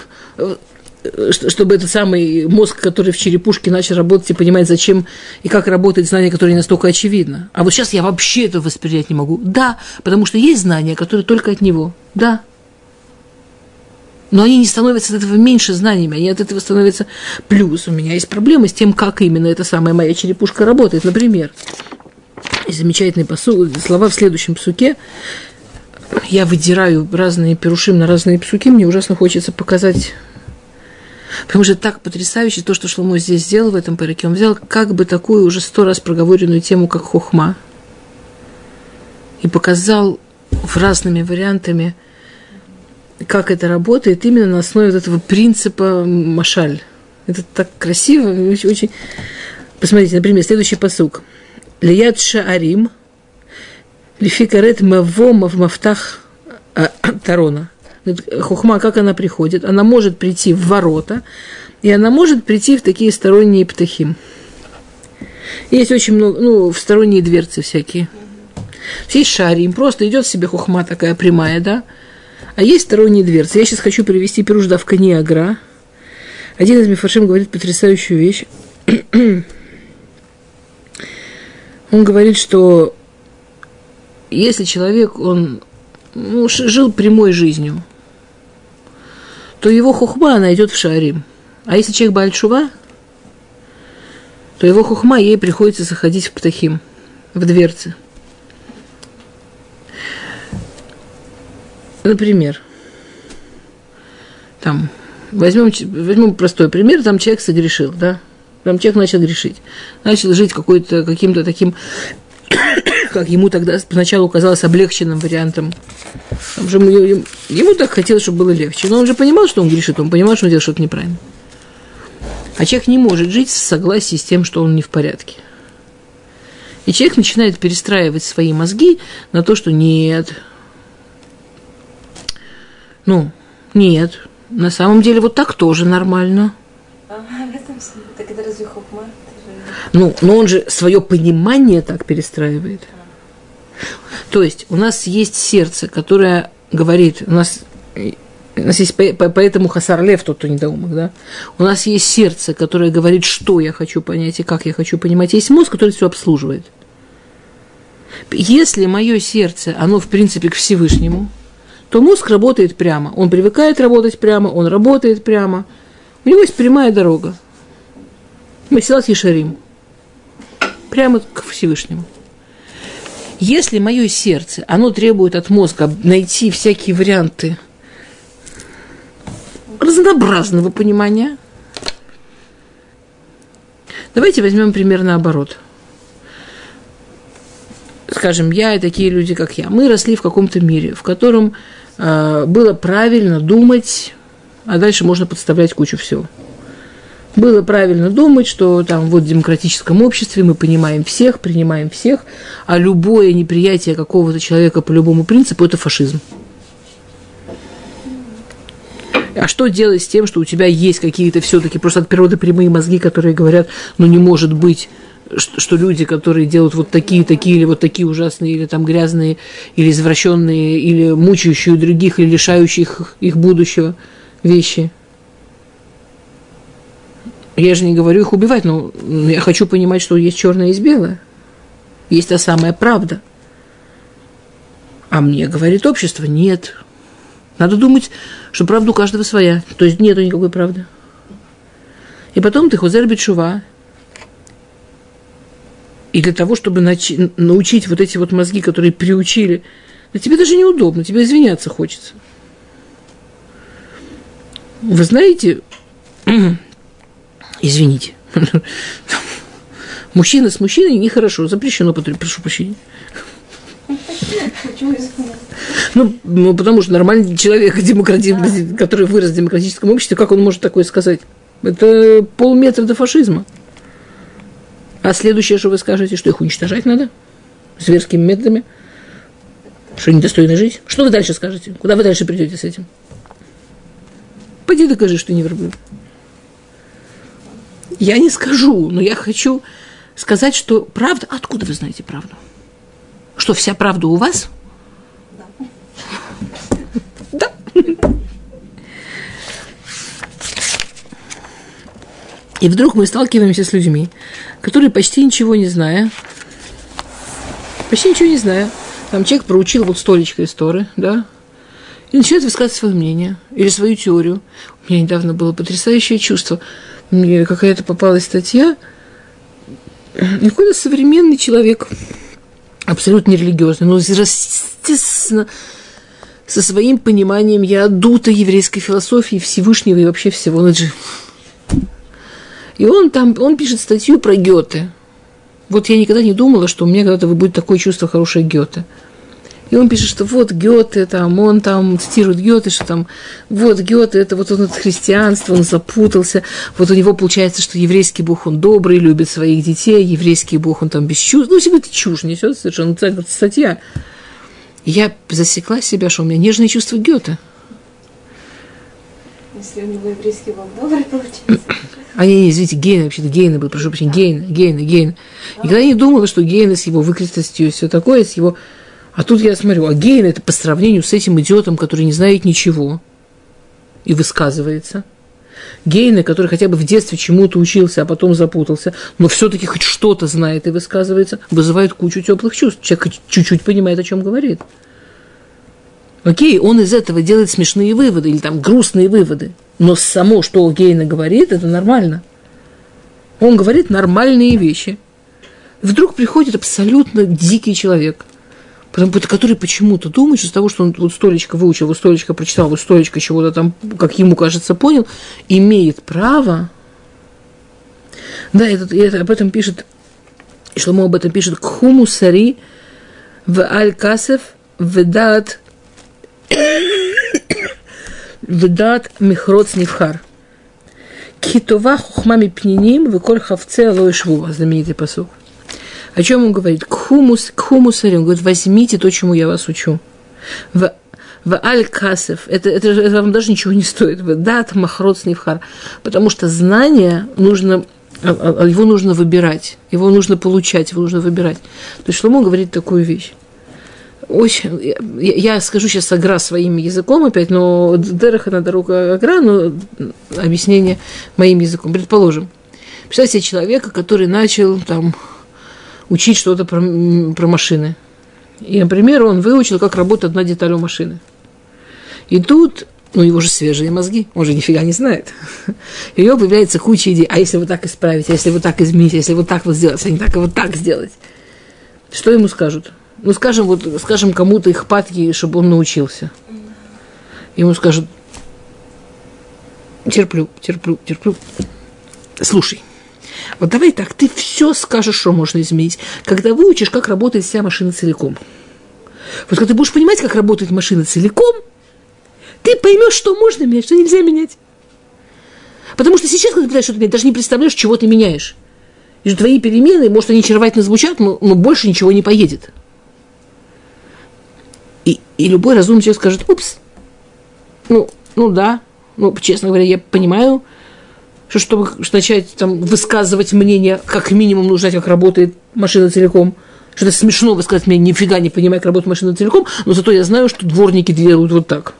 чтобы этот самый мозг, который в черепушке, начал работать и понимать, зачем и как работает знание, которое не настолько очевидно. А вот сейчас я вообще это воспринять не могу. Да, потому что есть знания, которые только от него. Да. Но они не становятся от этого меньше знаниями, они от этого становятся плюс. У меня есть проблемы с тем, как именно эта самая моя черепушка работает. Например, замечательные посу... слова в следующем псуке. Я выдираю разные перушим на разные псуки, мне ужасно хочется показать. Потому что так потрясающе то, что Шломо здесь сделал в этом параке. Он взял как бы такую уже сто раз проговоренную тему, как хохма, и показал в разными вариантами, как это работает именно на основе вот этого принципа машаль. Это так красиво, очень, очень... Посмотрите, например, следующий пасук. Лият шаарим, лификарет маво мафтах тарона. Хохма, как она приходит? Она может прийти в ворота, и она может прийти в такие сторонние птахим. Есть очень много, ну, в сторонние дверцы всякие. Есть шарим, просто идет себе хохма такая прямая, да? А есть сторонние дверцы. Я сейчас хочу привести пируш давка Ниагра. Один из мифаршим говорит потрясающую вещь. Он говорит, что если человек, он ну, жил прямой жизнью, то его хохма, она идет в шарим. А если человек бааль тшува, то его хохма, ей приходится заходить в птахим, в дверцы. Например, там, возьмем, возьмем простой пример, там человек согрешил, да, там человек начал грешить, начал жить какой-то, каким-то таким, как ему тогда поначалу казалось облегченным вариантом. Там же ему, ему так хотелось, чтобы было легче, но он же понимал, что он грешит, он понимал, что он делает что-то неправильно. А человек не может жить в согласии с тем, что он не в порядке. И человек начинает перестраивать свои мозги на то, что нет, ну, нет, на самом деле вот так тоже нормально. А, в этом смысле. Так это разве хохма? Ну, но он же свое понимание так перестраивает. То есть у нас есть сердце, которое говорит, у нас, у нас есть поэтому Хасар Лев, тот, кто недоумок, да? У нас есть сердце, которое говорит, что я хочу понять и как я хочу понимать. Есть мозг, который все обслуживает. Если мое сердце, оно в принципе к Всевышнему, то мозг работает прямо. Он привыкает работать прямо, он работает прямо. У него есть прямая дорога. Месилат Ешарим. Прямо к Всевышнему. Если мое сердце, оно требует от мозга найти всякие варианты разнообразного понимания, давайте возьмем пример наоборот. Скажем, я и такие люди, как я, мы росли в каком-то мире, в котором э, было правильно думать, а дальше можно подставлять кучу всего. Было правильно думать, что там вот в демократическом обществе мы понимаем всех, принимаем всех, а любое неприятие какого-то человека по любому принципу – это фашизм. А что делать с тем, что у тебя есть какие-то все-таки просто от природы прямые мозги, которые говорят, ну не может быть, что, что люди, которые делают вот такие, такие или вот такие ужасные, или там грязные, или извращенные, или мучающие других, или лишающие их, их будущего вещи. Я же не говорю их убивать, но я хочу понимать, что есть черное и есть белое. Есть та самая правда. А мне говорит общество, нет. Надо думать, что правда у каждого своя. То есть нету никакой правды. И потом ты хозер бетшува. И для того, чтобы нач- научить вот эти вот мозги, которые приучили, да тебе даже неудобно, тебе извиняться хочется. Вы знаете... Извините. Мужчина с мужчиной нехорошо. Запрещено, прошу прощения. Почему извиняться? Ну, ну, потому что нормальный человек, демократический, который вырос в демократическом обществе, как он может такое сказать? Это полметра до фашизма. А следующее, что вы скажете, что их уничтожать надо? Зверскими методами? Что недостойно жить? Что вы дальше скажете? Куда вы дальше придете с этим? Пойди докажи, что не верблюд. Я не скажу, но я хочу сказать, что правда... Откуда вы знаете правду? Что, вся правда у вас? Да. Да. И вдруг мы сталкиваемся с людьми, которые почти ничего не зная, почти ничего не зная, там человек проучил вот столечко из Торы, да, и начинает высказывать свое мнение или свою теорию. У меня недавно было потрясающее чувство. Мне какая-то попалась статья, какой-то современный человек, абсолютно нерелигиозный, но, естественно, со своим пониманием ядута еврейской философии, Всевышнего и вообще всего. И он там, он пишет статью про Гёте. Вот я никогда не думала, что у меня когда-то будет такое чувство хорошее Гёте. И он пишет, что вот Гёте, там, он там цитирует Гёте, что там, вот Гёте, это вот он от христианства, он запутался, вот у него получается, что еврейский Бог, он добрый, любит своих детей, еврейский Бог, он там бесчувственный, ну, себе это чушь несет совершенно, это статья. И я засекла себя, что у меня нежные чувства Гёте. Если у него еврейский Бог добрый, получается. А не, не, извините, Гейна, вообще-то Гейна был, прошу прощения, Гейна, Гейна, Гейна. Никогда не думала, что Гейна с его выкритостью и все такое, с его... А тут я смотрю, а Гейна – это по сравнению с этим идиотом, который не знает ничего и высказывается. Гейна, который хотя бы в детстве чему-то учился, а потом запутался, но все-таки хоть что-то знает и высказывается, вызывает кучу теплых чувств. Человек чуть-чуть понимает, о чем говорит. Окей, он из этого делает смешные выводы или там грустные выводы, но само, что Гейна говорит, это нормально. Он говорит нормальные вещи. Вдруг приходит абсолютно дикий человек, который почему-то думает, что с того, что он вот столечко выучил, вот столечко прочитал, вот столечко чего-то там, как ему кажется, понял, имеет право. Да, это, это, об этом пишет, Шломо об этом пишет, «Кхуму сари в аль-касев ведат ведат михроц нивхар. Китова хухмами пниним веколь хавце алой швува», знаменитый пасук. О чем он говорит? Кхумус, кхумусарим. Говорит, возьмите то, чему я вас учу. В, в аль-касев. Это, это, это вам даже ничего не стоит. В дат махрот снивхар. Потому что знание нужно, его нужно выбирать. Его нужно получать, его нужно выбирать. То есть Шломо говорит такую вещь. Очень, я, я скажу сейчас агра своим языком опять, но дереха на дорогу агра, но объяснение моим языком. Предположим, представьте себе человека, который начал там учить что-то про, про машины. И, например, он выучил, как работает одна деталь у машины. И тут, ну, его же свежие мозги, он же нифига не знает. И у него появляется куча идей. А если вот так исправить, а если вот так изменить, а если вот так вот сделать, а не так, а вот так сделать? Что ему скажут? Ну, скажем, вот, скажем, кому-то их падки, чтобы он научился. Ему скажут, терплю, терплю, терплю. Слушай, вот давай так, ты все скажешь, что можно изменить, когда выучишь, как работает вся машина целиком. Вот когда ты будешь понимать, как работает машина целиком, ты поймешь, что можно менять, что нельзя менять. Потому что сейчас, когда ты пытаешься что-то менять, даже не представляешь, чего ты меняешь. И что твои перемены, может, они очаровательно звучат, но, но больше ничего не поедет. И, и любой разумный человек скажет, упс, ну, ну да, ну, честно говоря, я понимаю, что чтобы начать там, высказывать мнение, как минимум нужно знать, как работает машина целиком, что это смешно высказать мне, нифига не понимаю, как работает машина целиком, но зато я знаю, что дворники делают вот так.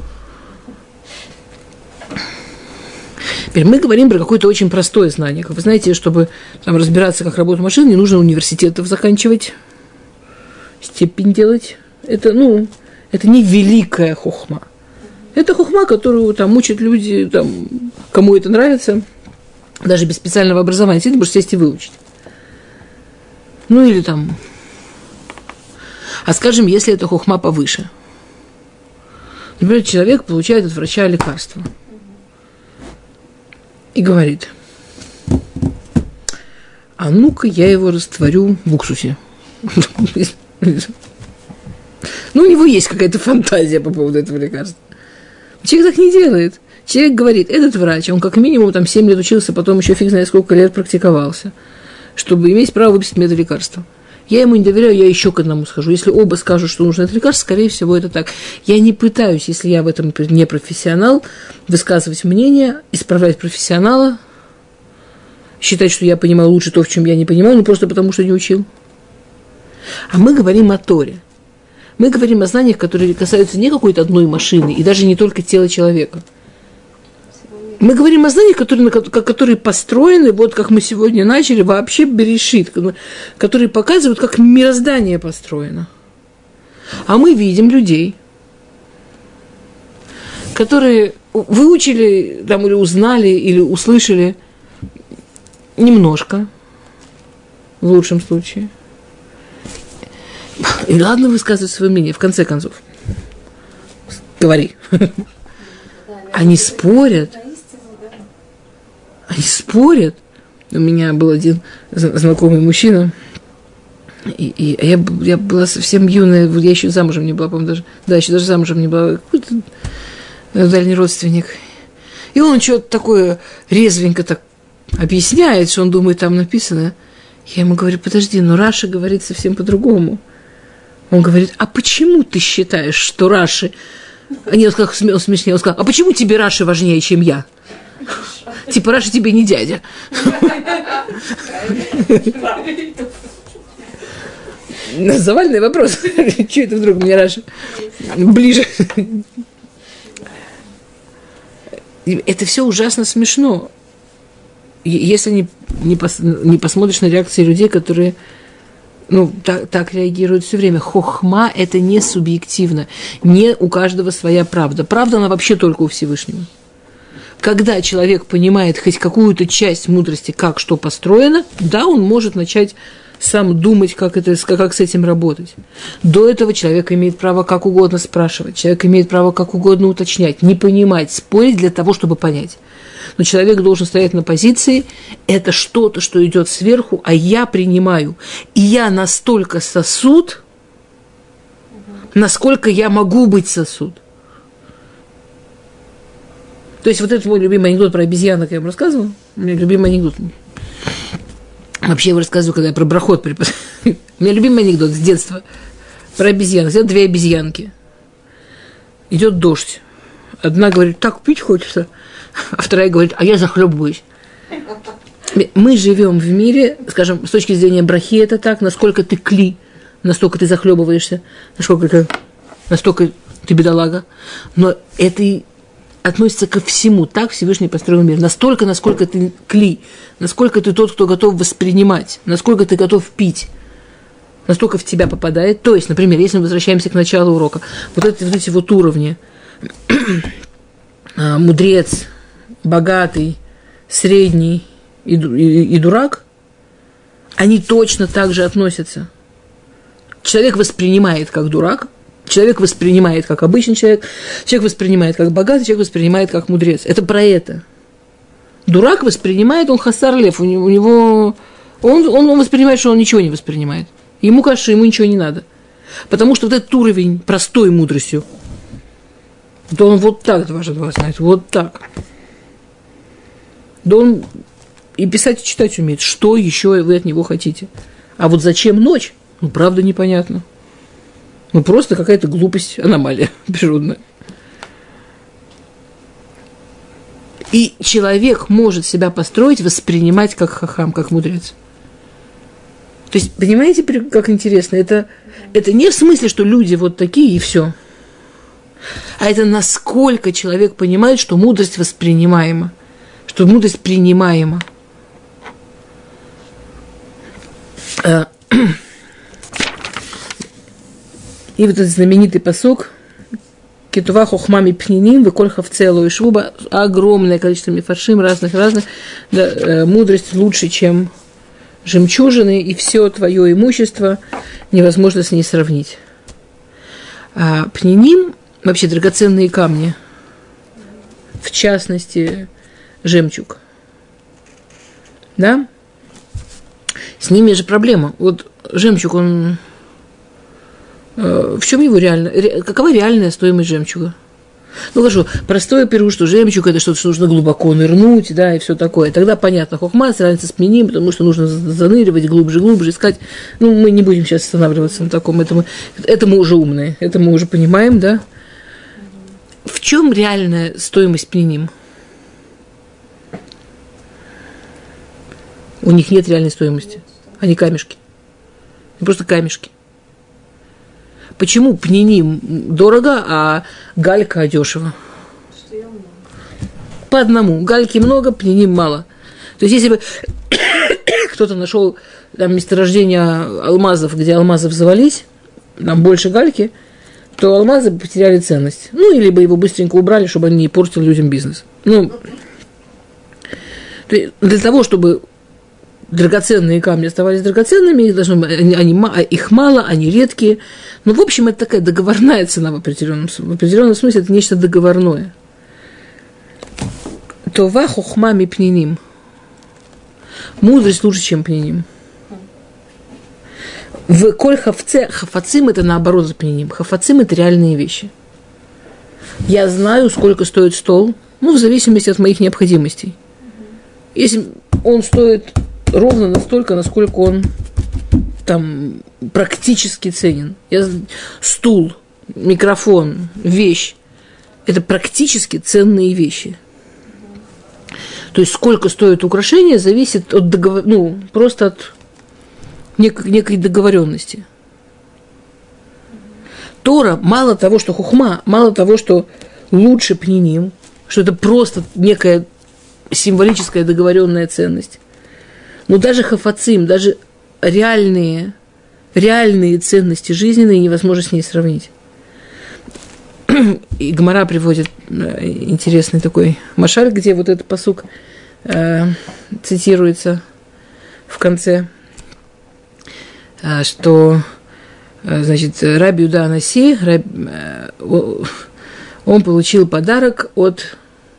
Теперь мы говорим про какое-то очень простое знание. Как вы знаете, чтобы там, разбираться, как работает машина, не нужно университетов заканчивать, степень делать. Это, ну, это не великая хохма. Это хохма, которую там учат люди, там, кому это нравится, даже без специального образования. Ты можешь сесть и выучить. Ну, или там... А скажем, если это хохма повыше. Например, человек получает от врача лекарство. И говорит, а ну-ка я его растворю в уксусе. Ну, у него есть какая-то фантазия по поводу этого лекарства. Человек так не делает. Человек говорит, этот врач, он как минимум там семь лет учился, потом еще фиг знает сколько лет практиковался, чтобы иметь право выписать мне это лекарство. Я ему не доверяю, я еще к одному схожу. Если оба скажут, что нужно это лекарство, скорее всего, это так. Я не пытаюсь, если я в этом не профессионал, высказывать мнение, исправлять профессионала, считать, что я понимаю лучше то, в чем я не понимаю, ну просто потому, что не учил. А мы говорим о Торе. Мы говорим о знаниях, которые касаются не какой-то одной машины, и даже не только тела человека. Мы говорим о знаниях, которые, которые построены, вот как мы сегодня начали, вообще берешит, которые показывают, как мироздание построено. А мы видим людей, которые выучили там, или узнали, или услышали немножко, в лучшем случае. И ладно высказывать свое мнение, в конце концов. Говори. Они спорят. Они спорят. У меня был один знакомый мужчина, и, и я, я была совсем юная, я еще замужем не была, по-моему, даже, да, еще даже замужем не была, какой-то дальний родственник. И он что-то такое резвенько так объясняет, что он думает, там написано. Я ему говорю, подожди, но Раши говорит совсем по-другому. Он говорит, а почему ты считаешь, что Раши... А нет, он сказал, он смешнее, он сказал, а почему тебе Раши важнее, чем я? Типа Раши тебе не дядя. Завальный вопрос. Чего это вдруг мне Раши ближе? Это все ужасно смешно. Если не, не, пос, не посмотришь на реакции людей, которые... Ну, так, так реагируют все время. Хохма – это не субъективно. Не у каждого своя правда. Правда, она вообще только у Всевышнего. Когда человек понимает хоть какую-то часть мудрости, как что построено, да, он может начать сам думать, как, это, как с этим работать. До этого человек имеет право как угодно спрашивать. Человек имеет право как угодно уточнять, не понимать, спорить для того, чтобы понять. Но человек должен стоять на позиции, это что-то, что идет сверху, а я принимаю. И я настолько сосуд, насколько я могу быть сосуд. То есть вот это мой любимый анекдот про обезьянок, я вам рассказывала. У меня любимый анекдот. Вообще я его рассказываю, когда я про брахот преподаю. У меня любимый анекдот с детства про обезьян. Сидят две обезьянки. Идет дождь. Одна говорит, так пить хочется, а вторая говорит, а я захлебываюсь. Мы живем в мире, скажем, с точки зрения брахи это так, насколько ты кли, настолько ты захлебываешься, насколько ты, настолько ты бедолага. Но это и относится ко всему. Так Всевышний построил мир. Настолько, насколько ты кли, насколько ты тот, кто готов воспринимать, насколько ты готов пить, настолько в тебя попадает. То есть, например, если мы возвращаемся к началу урока, вот, это, вот эти вот уровни, мудрец, богатый, средний и, и, и дурак, они точно так же относятся. Человек воспринимает как дурак, человек воспринимает как обычный человек, человек воспринимает как богатый, человек воспринимает как мудрец. Это про это. Дурак воспринимает, он хасар лев, у него, у него он, он, он воспринимает, что он ничего не воспринимает. Ему кажется, что ему ничего не надо. Потому что вот этот уровень простой мудростью, да он вот так дважды два знает, вот так. Да он и писать, и читать умеет. Что еще вы от него хотите? А вот зачем ночь? Ну, правда, непонятно. Ну, просто какая-то глупость, аномалия природная. И человек может себя построить, воспринимать как хахам, как мудрец. То есть, понимаете, как интересно? Это, это не в смысле, что люди вот такие и все. А это насколько человек понимает, что мудрость воспринимаема, что мудрость принимаема. И вот этот знаменитый пасук «Кетува хохмами пниним, выкольха в целую шуба», огромное количество мифаршим, разных-разных, да, мудрость лучше, чем жемчужины, и все твое имущество невозможно с ней сравнить. А пниним, вообще драгоценные камни, в частности, жемчуг, да, с ними же проблема. Вот жемчуг, он... В чем его реально? Какова реальная стоимость жемчуга? Ну, хорошо, простое пируш, что жемчуг – это что-то, что нужно глубоко нырнуть, да, и все такое. Тогда понятно, хохма сравнится с пниним, потому что нужно заныривать глубже, глубже, искать. Ну, мы не будем сейчас останавливаться на таком. Это мы, это мы уже умные, это мы уже понимаем, да. В чем реальная стоимость пниним? У них нет реальной стоимости. Они камешки. Они просто камешки. Почему пниним дорого, а галька дешево? По одному. Гальки много, пниним мало. То есть, если бы кто-то нашел там месторождение алмазов, где алмазы взорвались, там больше гальки, то алмазы потеряли ценность. Ну, или бы его быстренько убрали, чтобы они не портили людям бизнес. Ну, для того, чтобы драгоценные камни оставались драгоценными, их, должно быть, они, они, их мало, они редкие. Но, в общем, это такая договорная цена в определенном, в определенном смысле, это нечто договорное. Това хохмами пниним. Мудрость лучше, чем пниним. В коль хафце, хафацим это наоборот за пниним. Хафацим это реальные вещи. Я знаю, сколько стоит стол, ну, в зависимости от моих необходимостей. Если он стоит ровно настолько, насколько он там практически ценен. Я, стул, микрофон, вещь – это практически ценные вещи. То есть сколько стоит украшение, зависит от договор... ну, просто от нек- некой договоренности. Тора, мало того, что хухма, мало того, что лучше пниним, что это просто некая символическая договоренная ценность. Но даже хафацим, даже реальные, реальные ценности жизненные невозможно с ней сравнить. И Гмара приводит интересный такой машаль, где вот этот пасук э, цитируется в конце, э, что, э, значит, Раби Юда Анаси, раб, э, он получил подарок от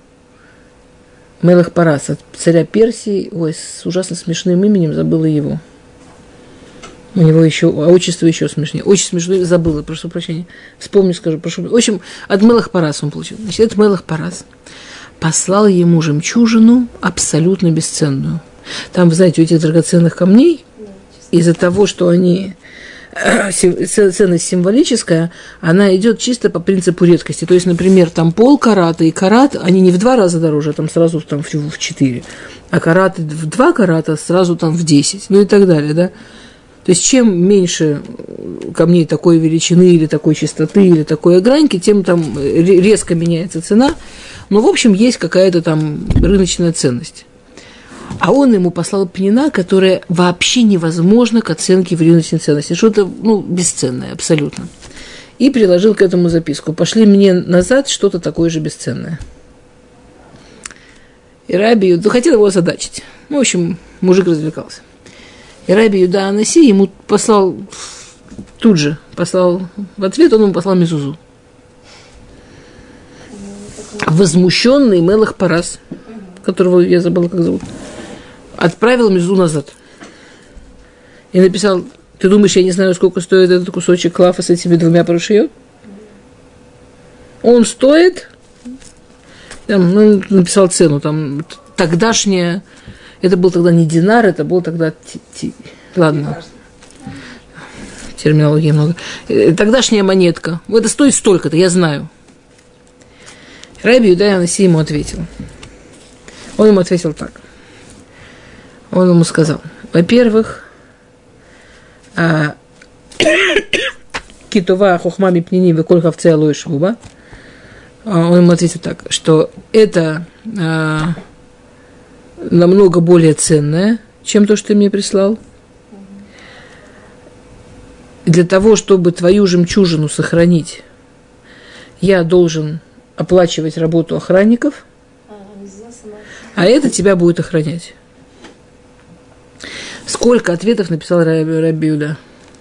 Мелех Парас, от царя Персии, ой, с ужасно смешным именем, забыла его. У него еще, а отчество еще смешнее. Очень смешное, забыла, прошу прощения. Вспомню, скажу, прошу. В общем, от Мелех Парас он получил. Значит, этот Мелех Парас послал ему жемчужину абсолютно бесценную. Там, вы знаете, у этих драгоценных камней из-за того, что они ценность символическая, она идет чисто по принципу редкости. То есть, например, там пол карата и карат, они не в два раза дороже, а там сразу там, в четыре, а карат в два карата сразу там в десять, ну и так далее, да. То есть, чем меньше камней такой величины или такой чистоты, или такой огранки, тем там резко меняется цена. Но, в общем, есть какая-то там рыночная ценность. А он ему послал пнина, которая вообще невозможна к оценке в рыночной ценности. Что-то, ну, бесценное абсолютно. И приложил к этому записку. Пошли мне назад что-то такое же бесценное. И Раби Юда, хотел его озадачить. Ну, в общем, мужик развлекался. И Раби Юда Анаси ему послал, тут же послал в ответ, он ему послал мезузу. Возмущенный Мелах Парас, которого я забыла, как зовут, отправил мезузу назад. И написал: ты думаешь, я не знаю, сколько стоит этот кусочек клафа с этими двумя парашиот? Он стоит, там, ну, написал цену, там, тогдашняя, это был тогда не динар, это был тогда, ти, ти, ладно, терминологии много, тогдашняя монетка, это стоит столько-то, я знаю. Раби Юда Анаси ему ответил. Он ему ответил так. Он ему сказал: во-первых, китова хохма мипнини веколь хавце алой швуба. Он ему ответил так, что это а, намного более ценное, чем то, что ты мне прислал. Для того, чтобы твою жемчужину сохранить, я должен оплачивать работу охранников, а это тебя будет охранять. Сколько ответов написал Раби Юда?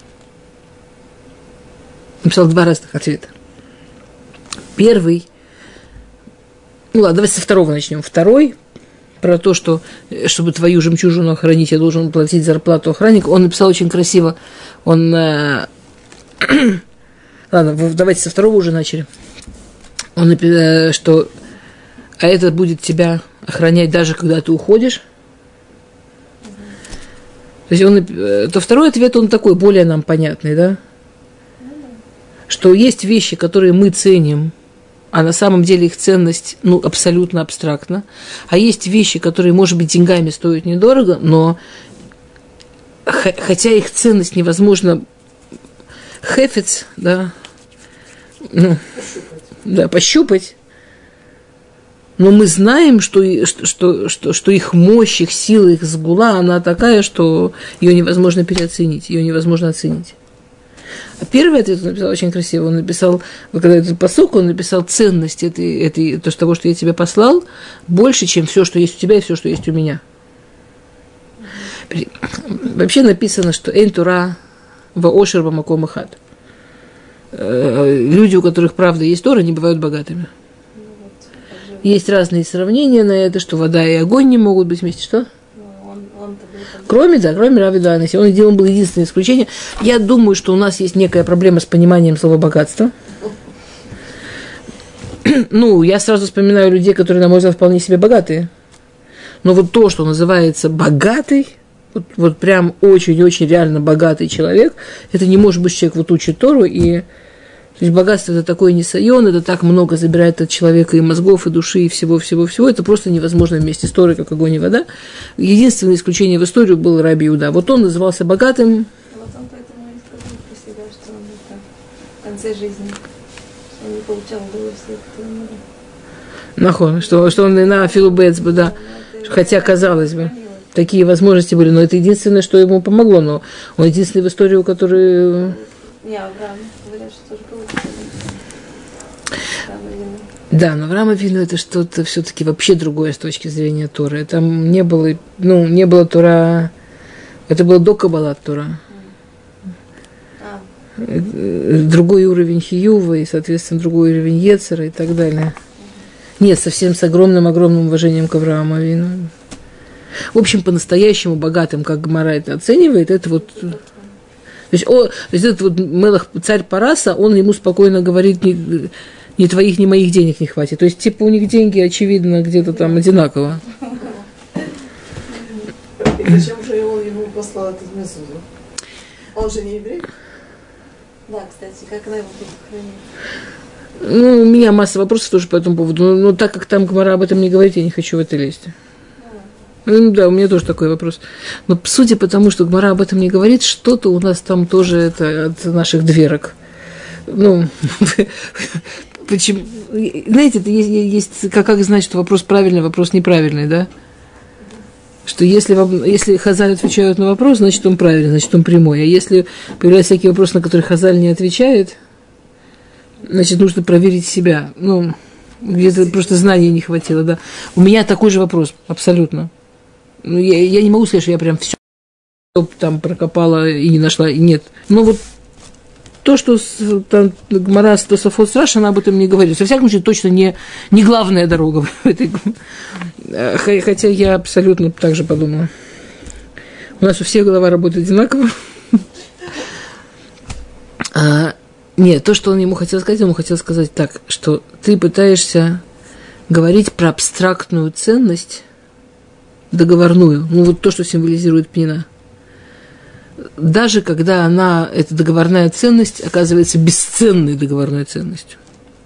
Написал два разных ответа. Первый, ну ладно, давайте со второго начнем. Второй, про то, что чтобы твою жемчужину охранить, я должен платить зарплату охраннику. Он написал очень красиво. Он, э, ладно, давайте со второго уже начали. Он написал, что а это будет тебя охранять даже когда ты уходишь. То есть он, то второй ответ, он такой, более нам понятный, да? Что есть вещи, которые мы ценим, а на самом деле их ценность, ну, абсолютно абстрактна. А есть вещи, которые, может быть, деньгами стоят недорого, но хотя их ценность невозможно хефец, да, ну, да, пощупать, но мы знаем, что, что, что, что их мощь, их сила, их сгула, она такая, что ее невозможно переоценить, ее невозможно оценить. А первый ответ он написал очень красиво. Он написал, когда этот пасук, он написал ценность этой, этой, то, того, что я тебе послал, больше, чем все, что есть у тебя и все, что есть у меня. Вообще написано, что «Эйн Тура ваошер бамаком эхад». Люди, у которых правда есть Тора, не бывают богатыми. Есть разные сравнения на это, что вода и огонь не могут быть вместе. Что? Кроме, да, кроме Раби Юда Анаси. Он, он был единственное исключение. Я думаю, что у нас есть некая проблема с пониманием слова «богатство». Ну, я сразу вспоминаю людей, которые, на мой взгляд, вполне себе богатые. Но вот то, что называется «богатый», вот, вот прям очень-очень реально богатый человек, это не может быть человек вот учит Тору, и то есть богатство – это такой несайон, это так много забирает от человека и мозгов, и души, и всего-всего-всего. Это просто невозможно вместе с Торой, как огонь и вода. Единственное исключение в историю был Раби Юда. Вот он назывался богатым. Вот он поэтому и сказал про себя, что он это в конце жизни, что он не получал удовольствия от этого мира. Нахон, что, что он и на Филубецбе, да. Хотя, казалось бы, такие возможности были, но это единственное, что ему помогло. Но он единственный в истории, у которой... Не, Авраам, говорят, что тоже получил. Да, но Авраам Авину это что-то все-таки вообще другое с точки зрения Торы. Там не было, ну, не было Тора, это было до Каббалат Тора. А. Другой уровень Хиюва и, соответственно, другой уровень Ецера и так далее. Нет, совсем с огромным-огромным уважением к Аврааму Авину. В общем, по-настоящему богатым, как Гмара это оценивает, это вот... То есть, о, то есть этот вот Мелах, царь Параса, он ему спокойно говорит, ни, ни твоих, ни моих денег не хватит. То есть, типа, у них деньги, очевидно, где-то там одинаково. И зачем же он ему послал этот мезузу? Он же не еврей? Да, кстати, как она его будет хранить? Ну, у меня масса вопросов тоже по этому поводу. Но, но так как там Гмара об этом не говорит, я не хочу в это лезть. Ну да, у меня тоже такой вопрос. Но судя по тому, что Гмара об этом не говорит, что-то у нас там тоже это от наших дверок. Ну, почему? Знаете, это есть, есть как, как знать, что вопрос правильный, вопрос неправильный, да? Что если, вам, если Хазаль отвечают на вопрос, значит он правильный, значит он прямой. А если появляются такие вопросы, на которые Хазаль не отвечает, значит нужно проверить себя. Ну, где-то просто знаний не хватило, да. У меня такой же вопрос, абсолютно. Ну, я, я не могу сказать, что я прям все там прокопала и не нашла, и нет. Но вот то, что там Гмара Тосафот Страш, она об этом не говорит. Во всяком случае, точно не, не главная дорога в этой. Хотя я абсолютно так же подумала. У нас у всех голова работает одинаково. А, нет, то, что он ему хотел сказать, ему хотел сказать так, что ты пытаешься говорить про абстрактную ценность, договорную, ну вот то, что символизирует пнина. Даже когда она, эта договорная ценность, оказывается бесценной договорной ценностью.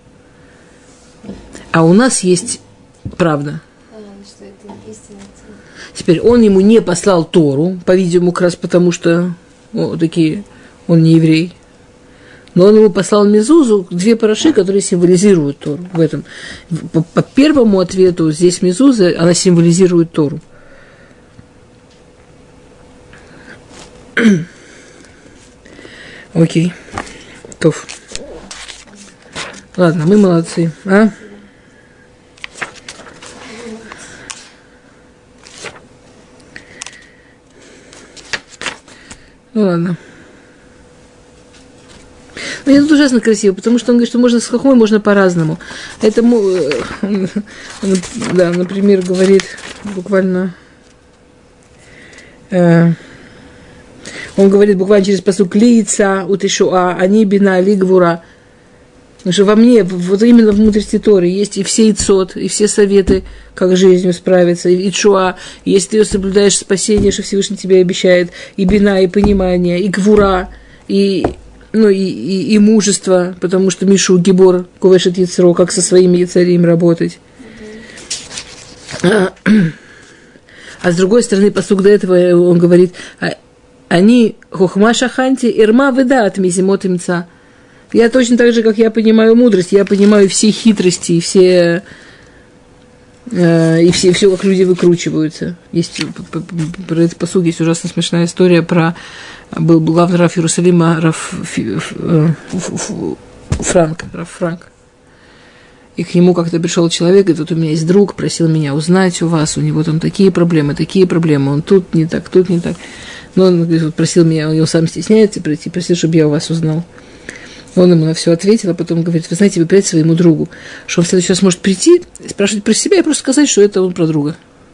А у нас есть правда. Что это истинная ценность. Теперь он ему не послал Тору, по-видимому, как раз потому, что о, такие, он не еврей. Но он ему послал мезузу, две параши, которые символизируют Тору. В этом. По, по первому ответу здесь мезуза, она символизирует Тору. Окей. Тоф. Ладно, мы молодцы. А? Ну ладно. Ну, это ужасно красиво, потому что он говорит, что можно с хохмой, можно по-разному. Это, да, например, говорит буквально... Э, он говорит буквально через посук «Лица утешуа, они бина лигвура». Потому что во мне, вот именно в мудрости Торы, есть и все ицот, и все советы, как жизнью справиться, и ичуа, если ты ее соблюдаешь, спасение, что Всевышний тебе обещает, и бина, и понимание, и гвура, и, ну, и, и, и мужество, потому что Мишу Гибор ковешет яцеро, как со своими яцарями работать. А, а с другой стороны, посук до этого он говорит, они хохма шаханти ирма выдат мизимот имца. Я точно так же, как я понимаю мудрость, я понимаю все хитрости и все, э, и все, все, как люди выкручиваются. Есть, про этот посуд есть ужасно смешная история про... Был главный раф Иерусалима, раф Франк, раф Франк. И к нему как-то пришел человек, и тут у меня есть друг, просил меня узнать у вас, у него там такие проблемы, такие проблемы, он тут не так, тут не так. Но он говорит, просил меня, он сам стесняется прийти, просил, чтобы я у вас узнал. Он ему на все ответил, а потом говорит, вы знаете, вы перед своему другу, что он в следующий раз может прийти, спрашивать про себя и просто сказать, что это он про друга.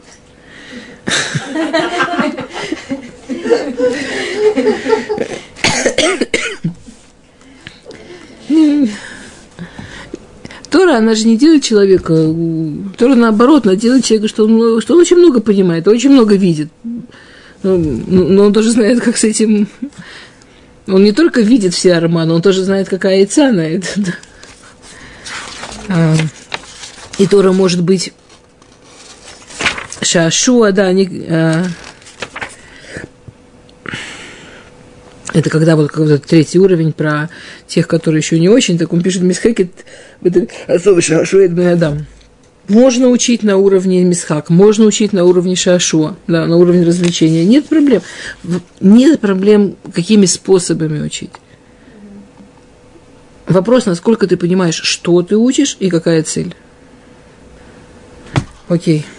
Тора, она же не делает человека, Тора наоборот, она делает человека, что он, что он очень много понимает, очень много видит. Но, но он тоже знает, как с этим... Он не только видит все ароманы, он тоже знает, какая яйца на это. Да. А, и Тора может быть шашуа, да, они... А, это когда вот какой-то третий уровень про тех, которые еще не очень, так он пишет Мисхекет, особый шашуэт бен адам. Можно учить на уровне мисхак, можно учить на уровне шашуа, да, на уровне развлечения. Нет проблем. Нет проблем, какими способами учить. Вопрос, насколько ты понимаешь, что ты учишь и какая цель. Окей.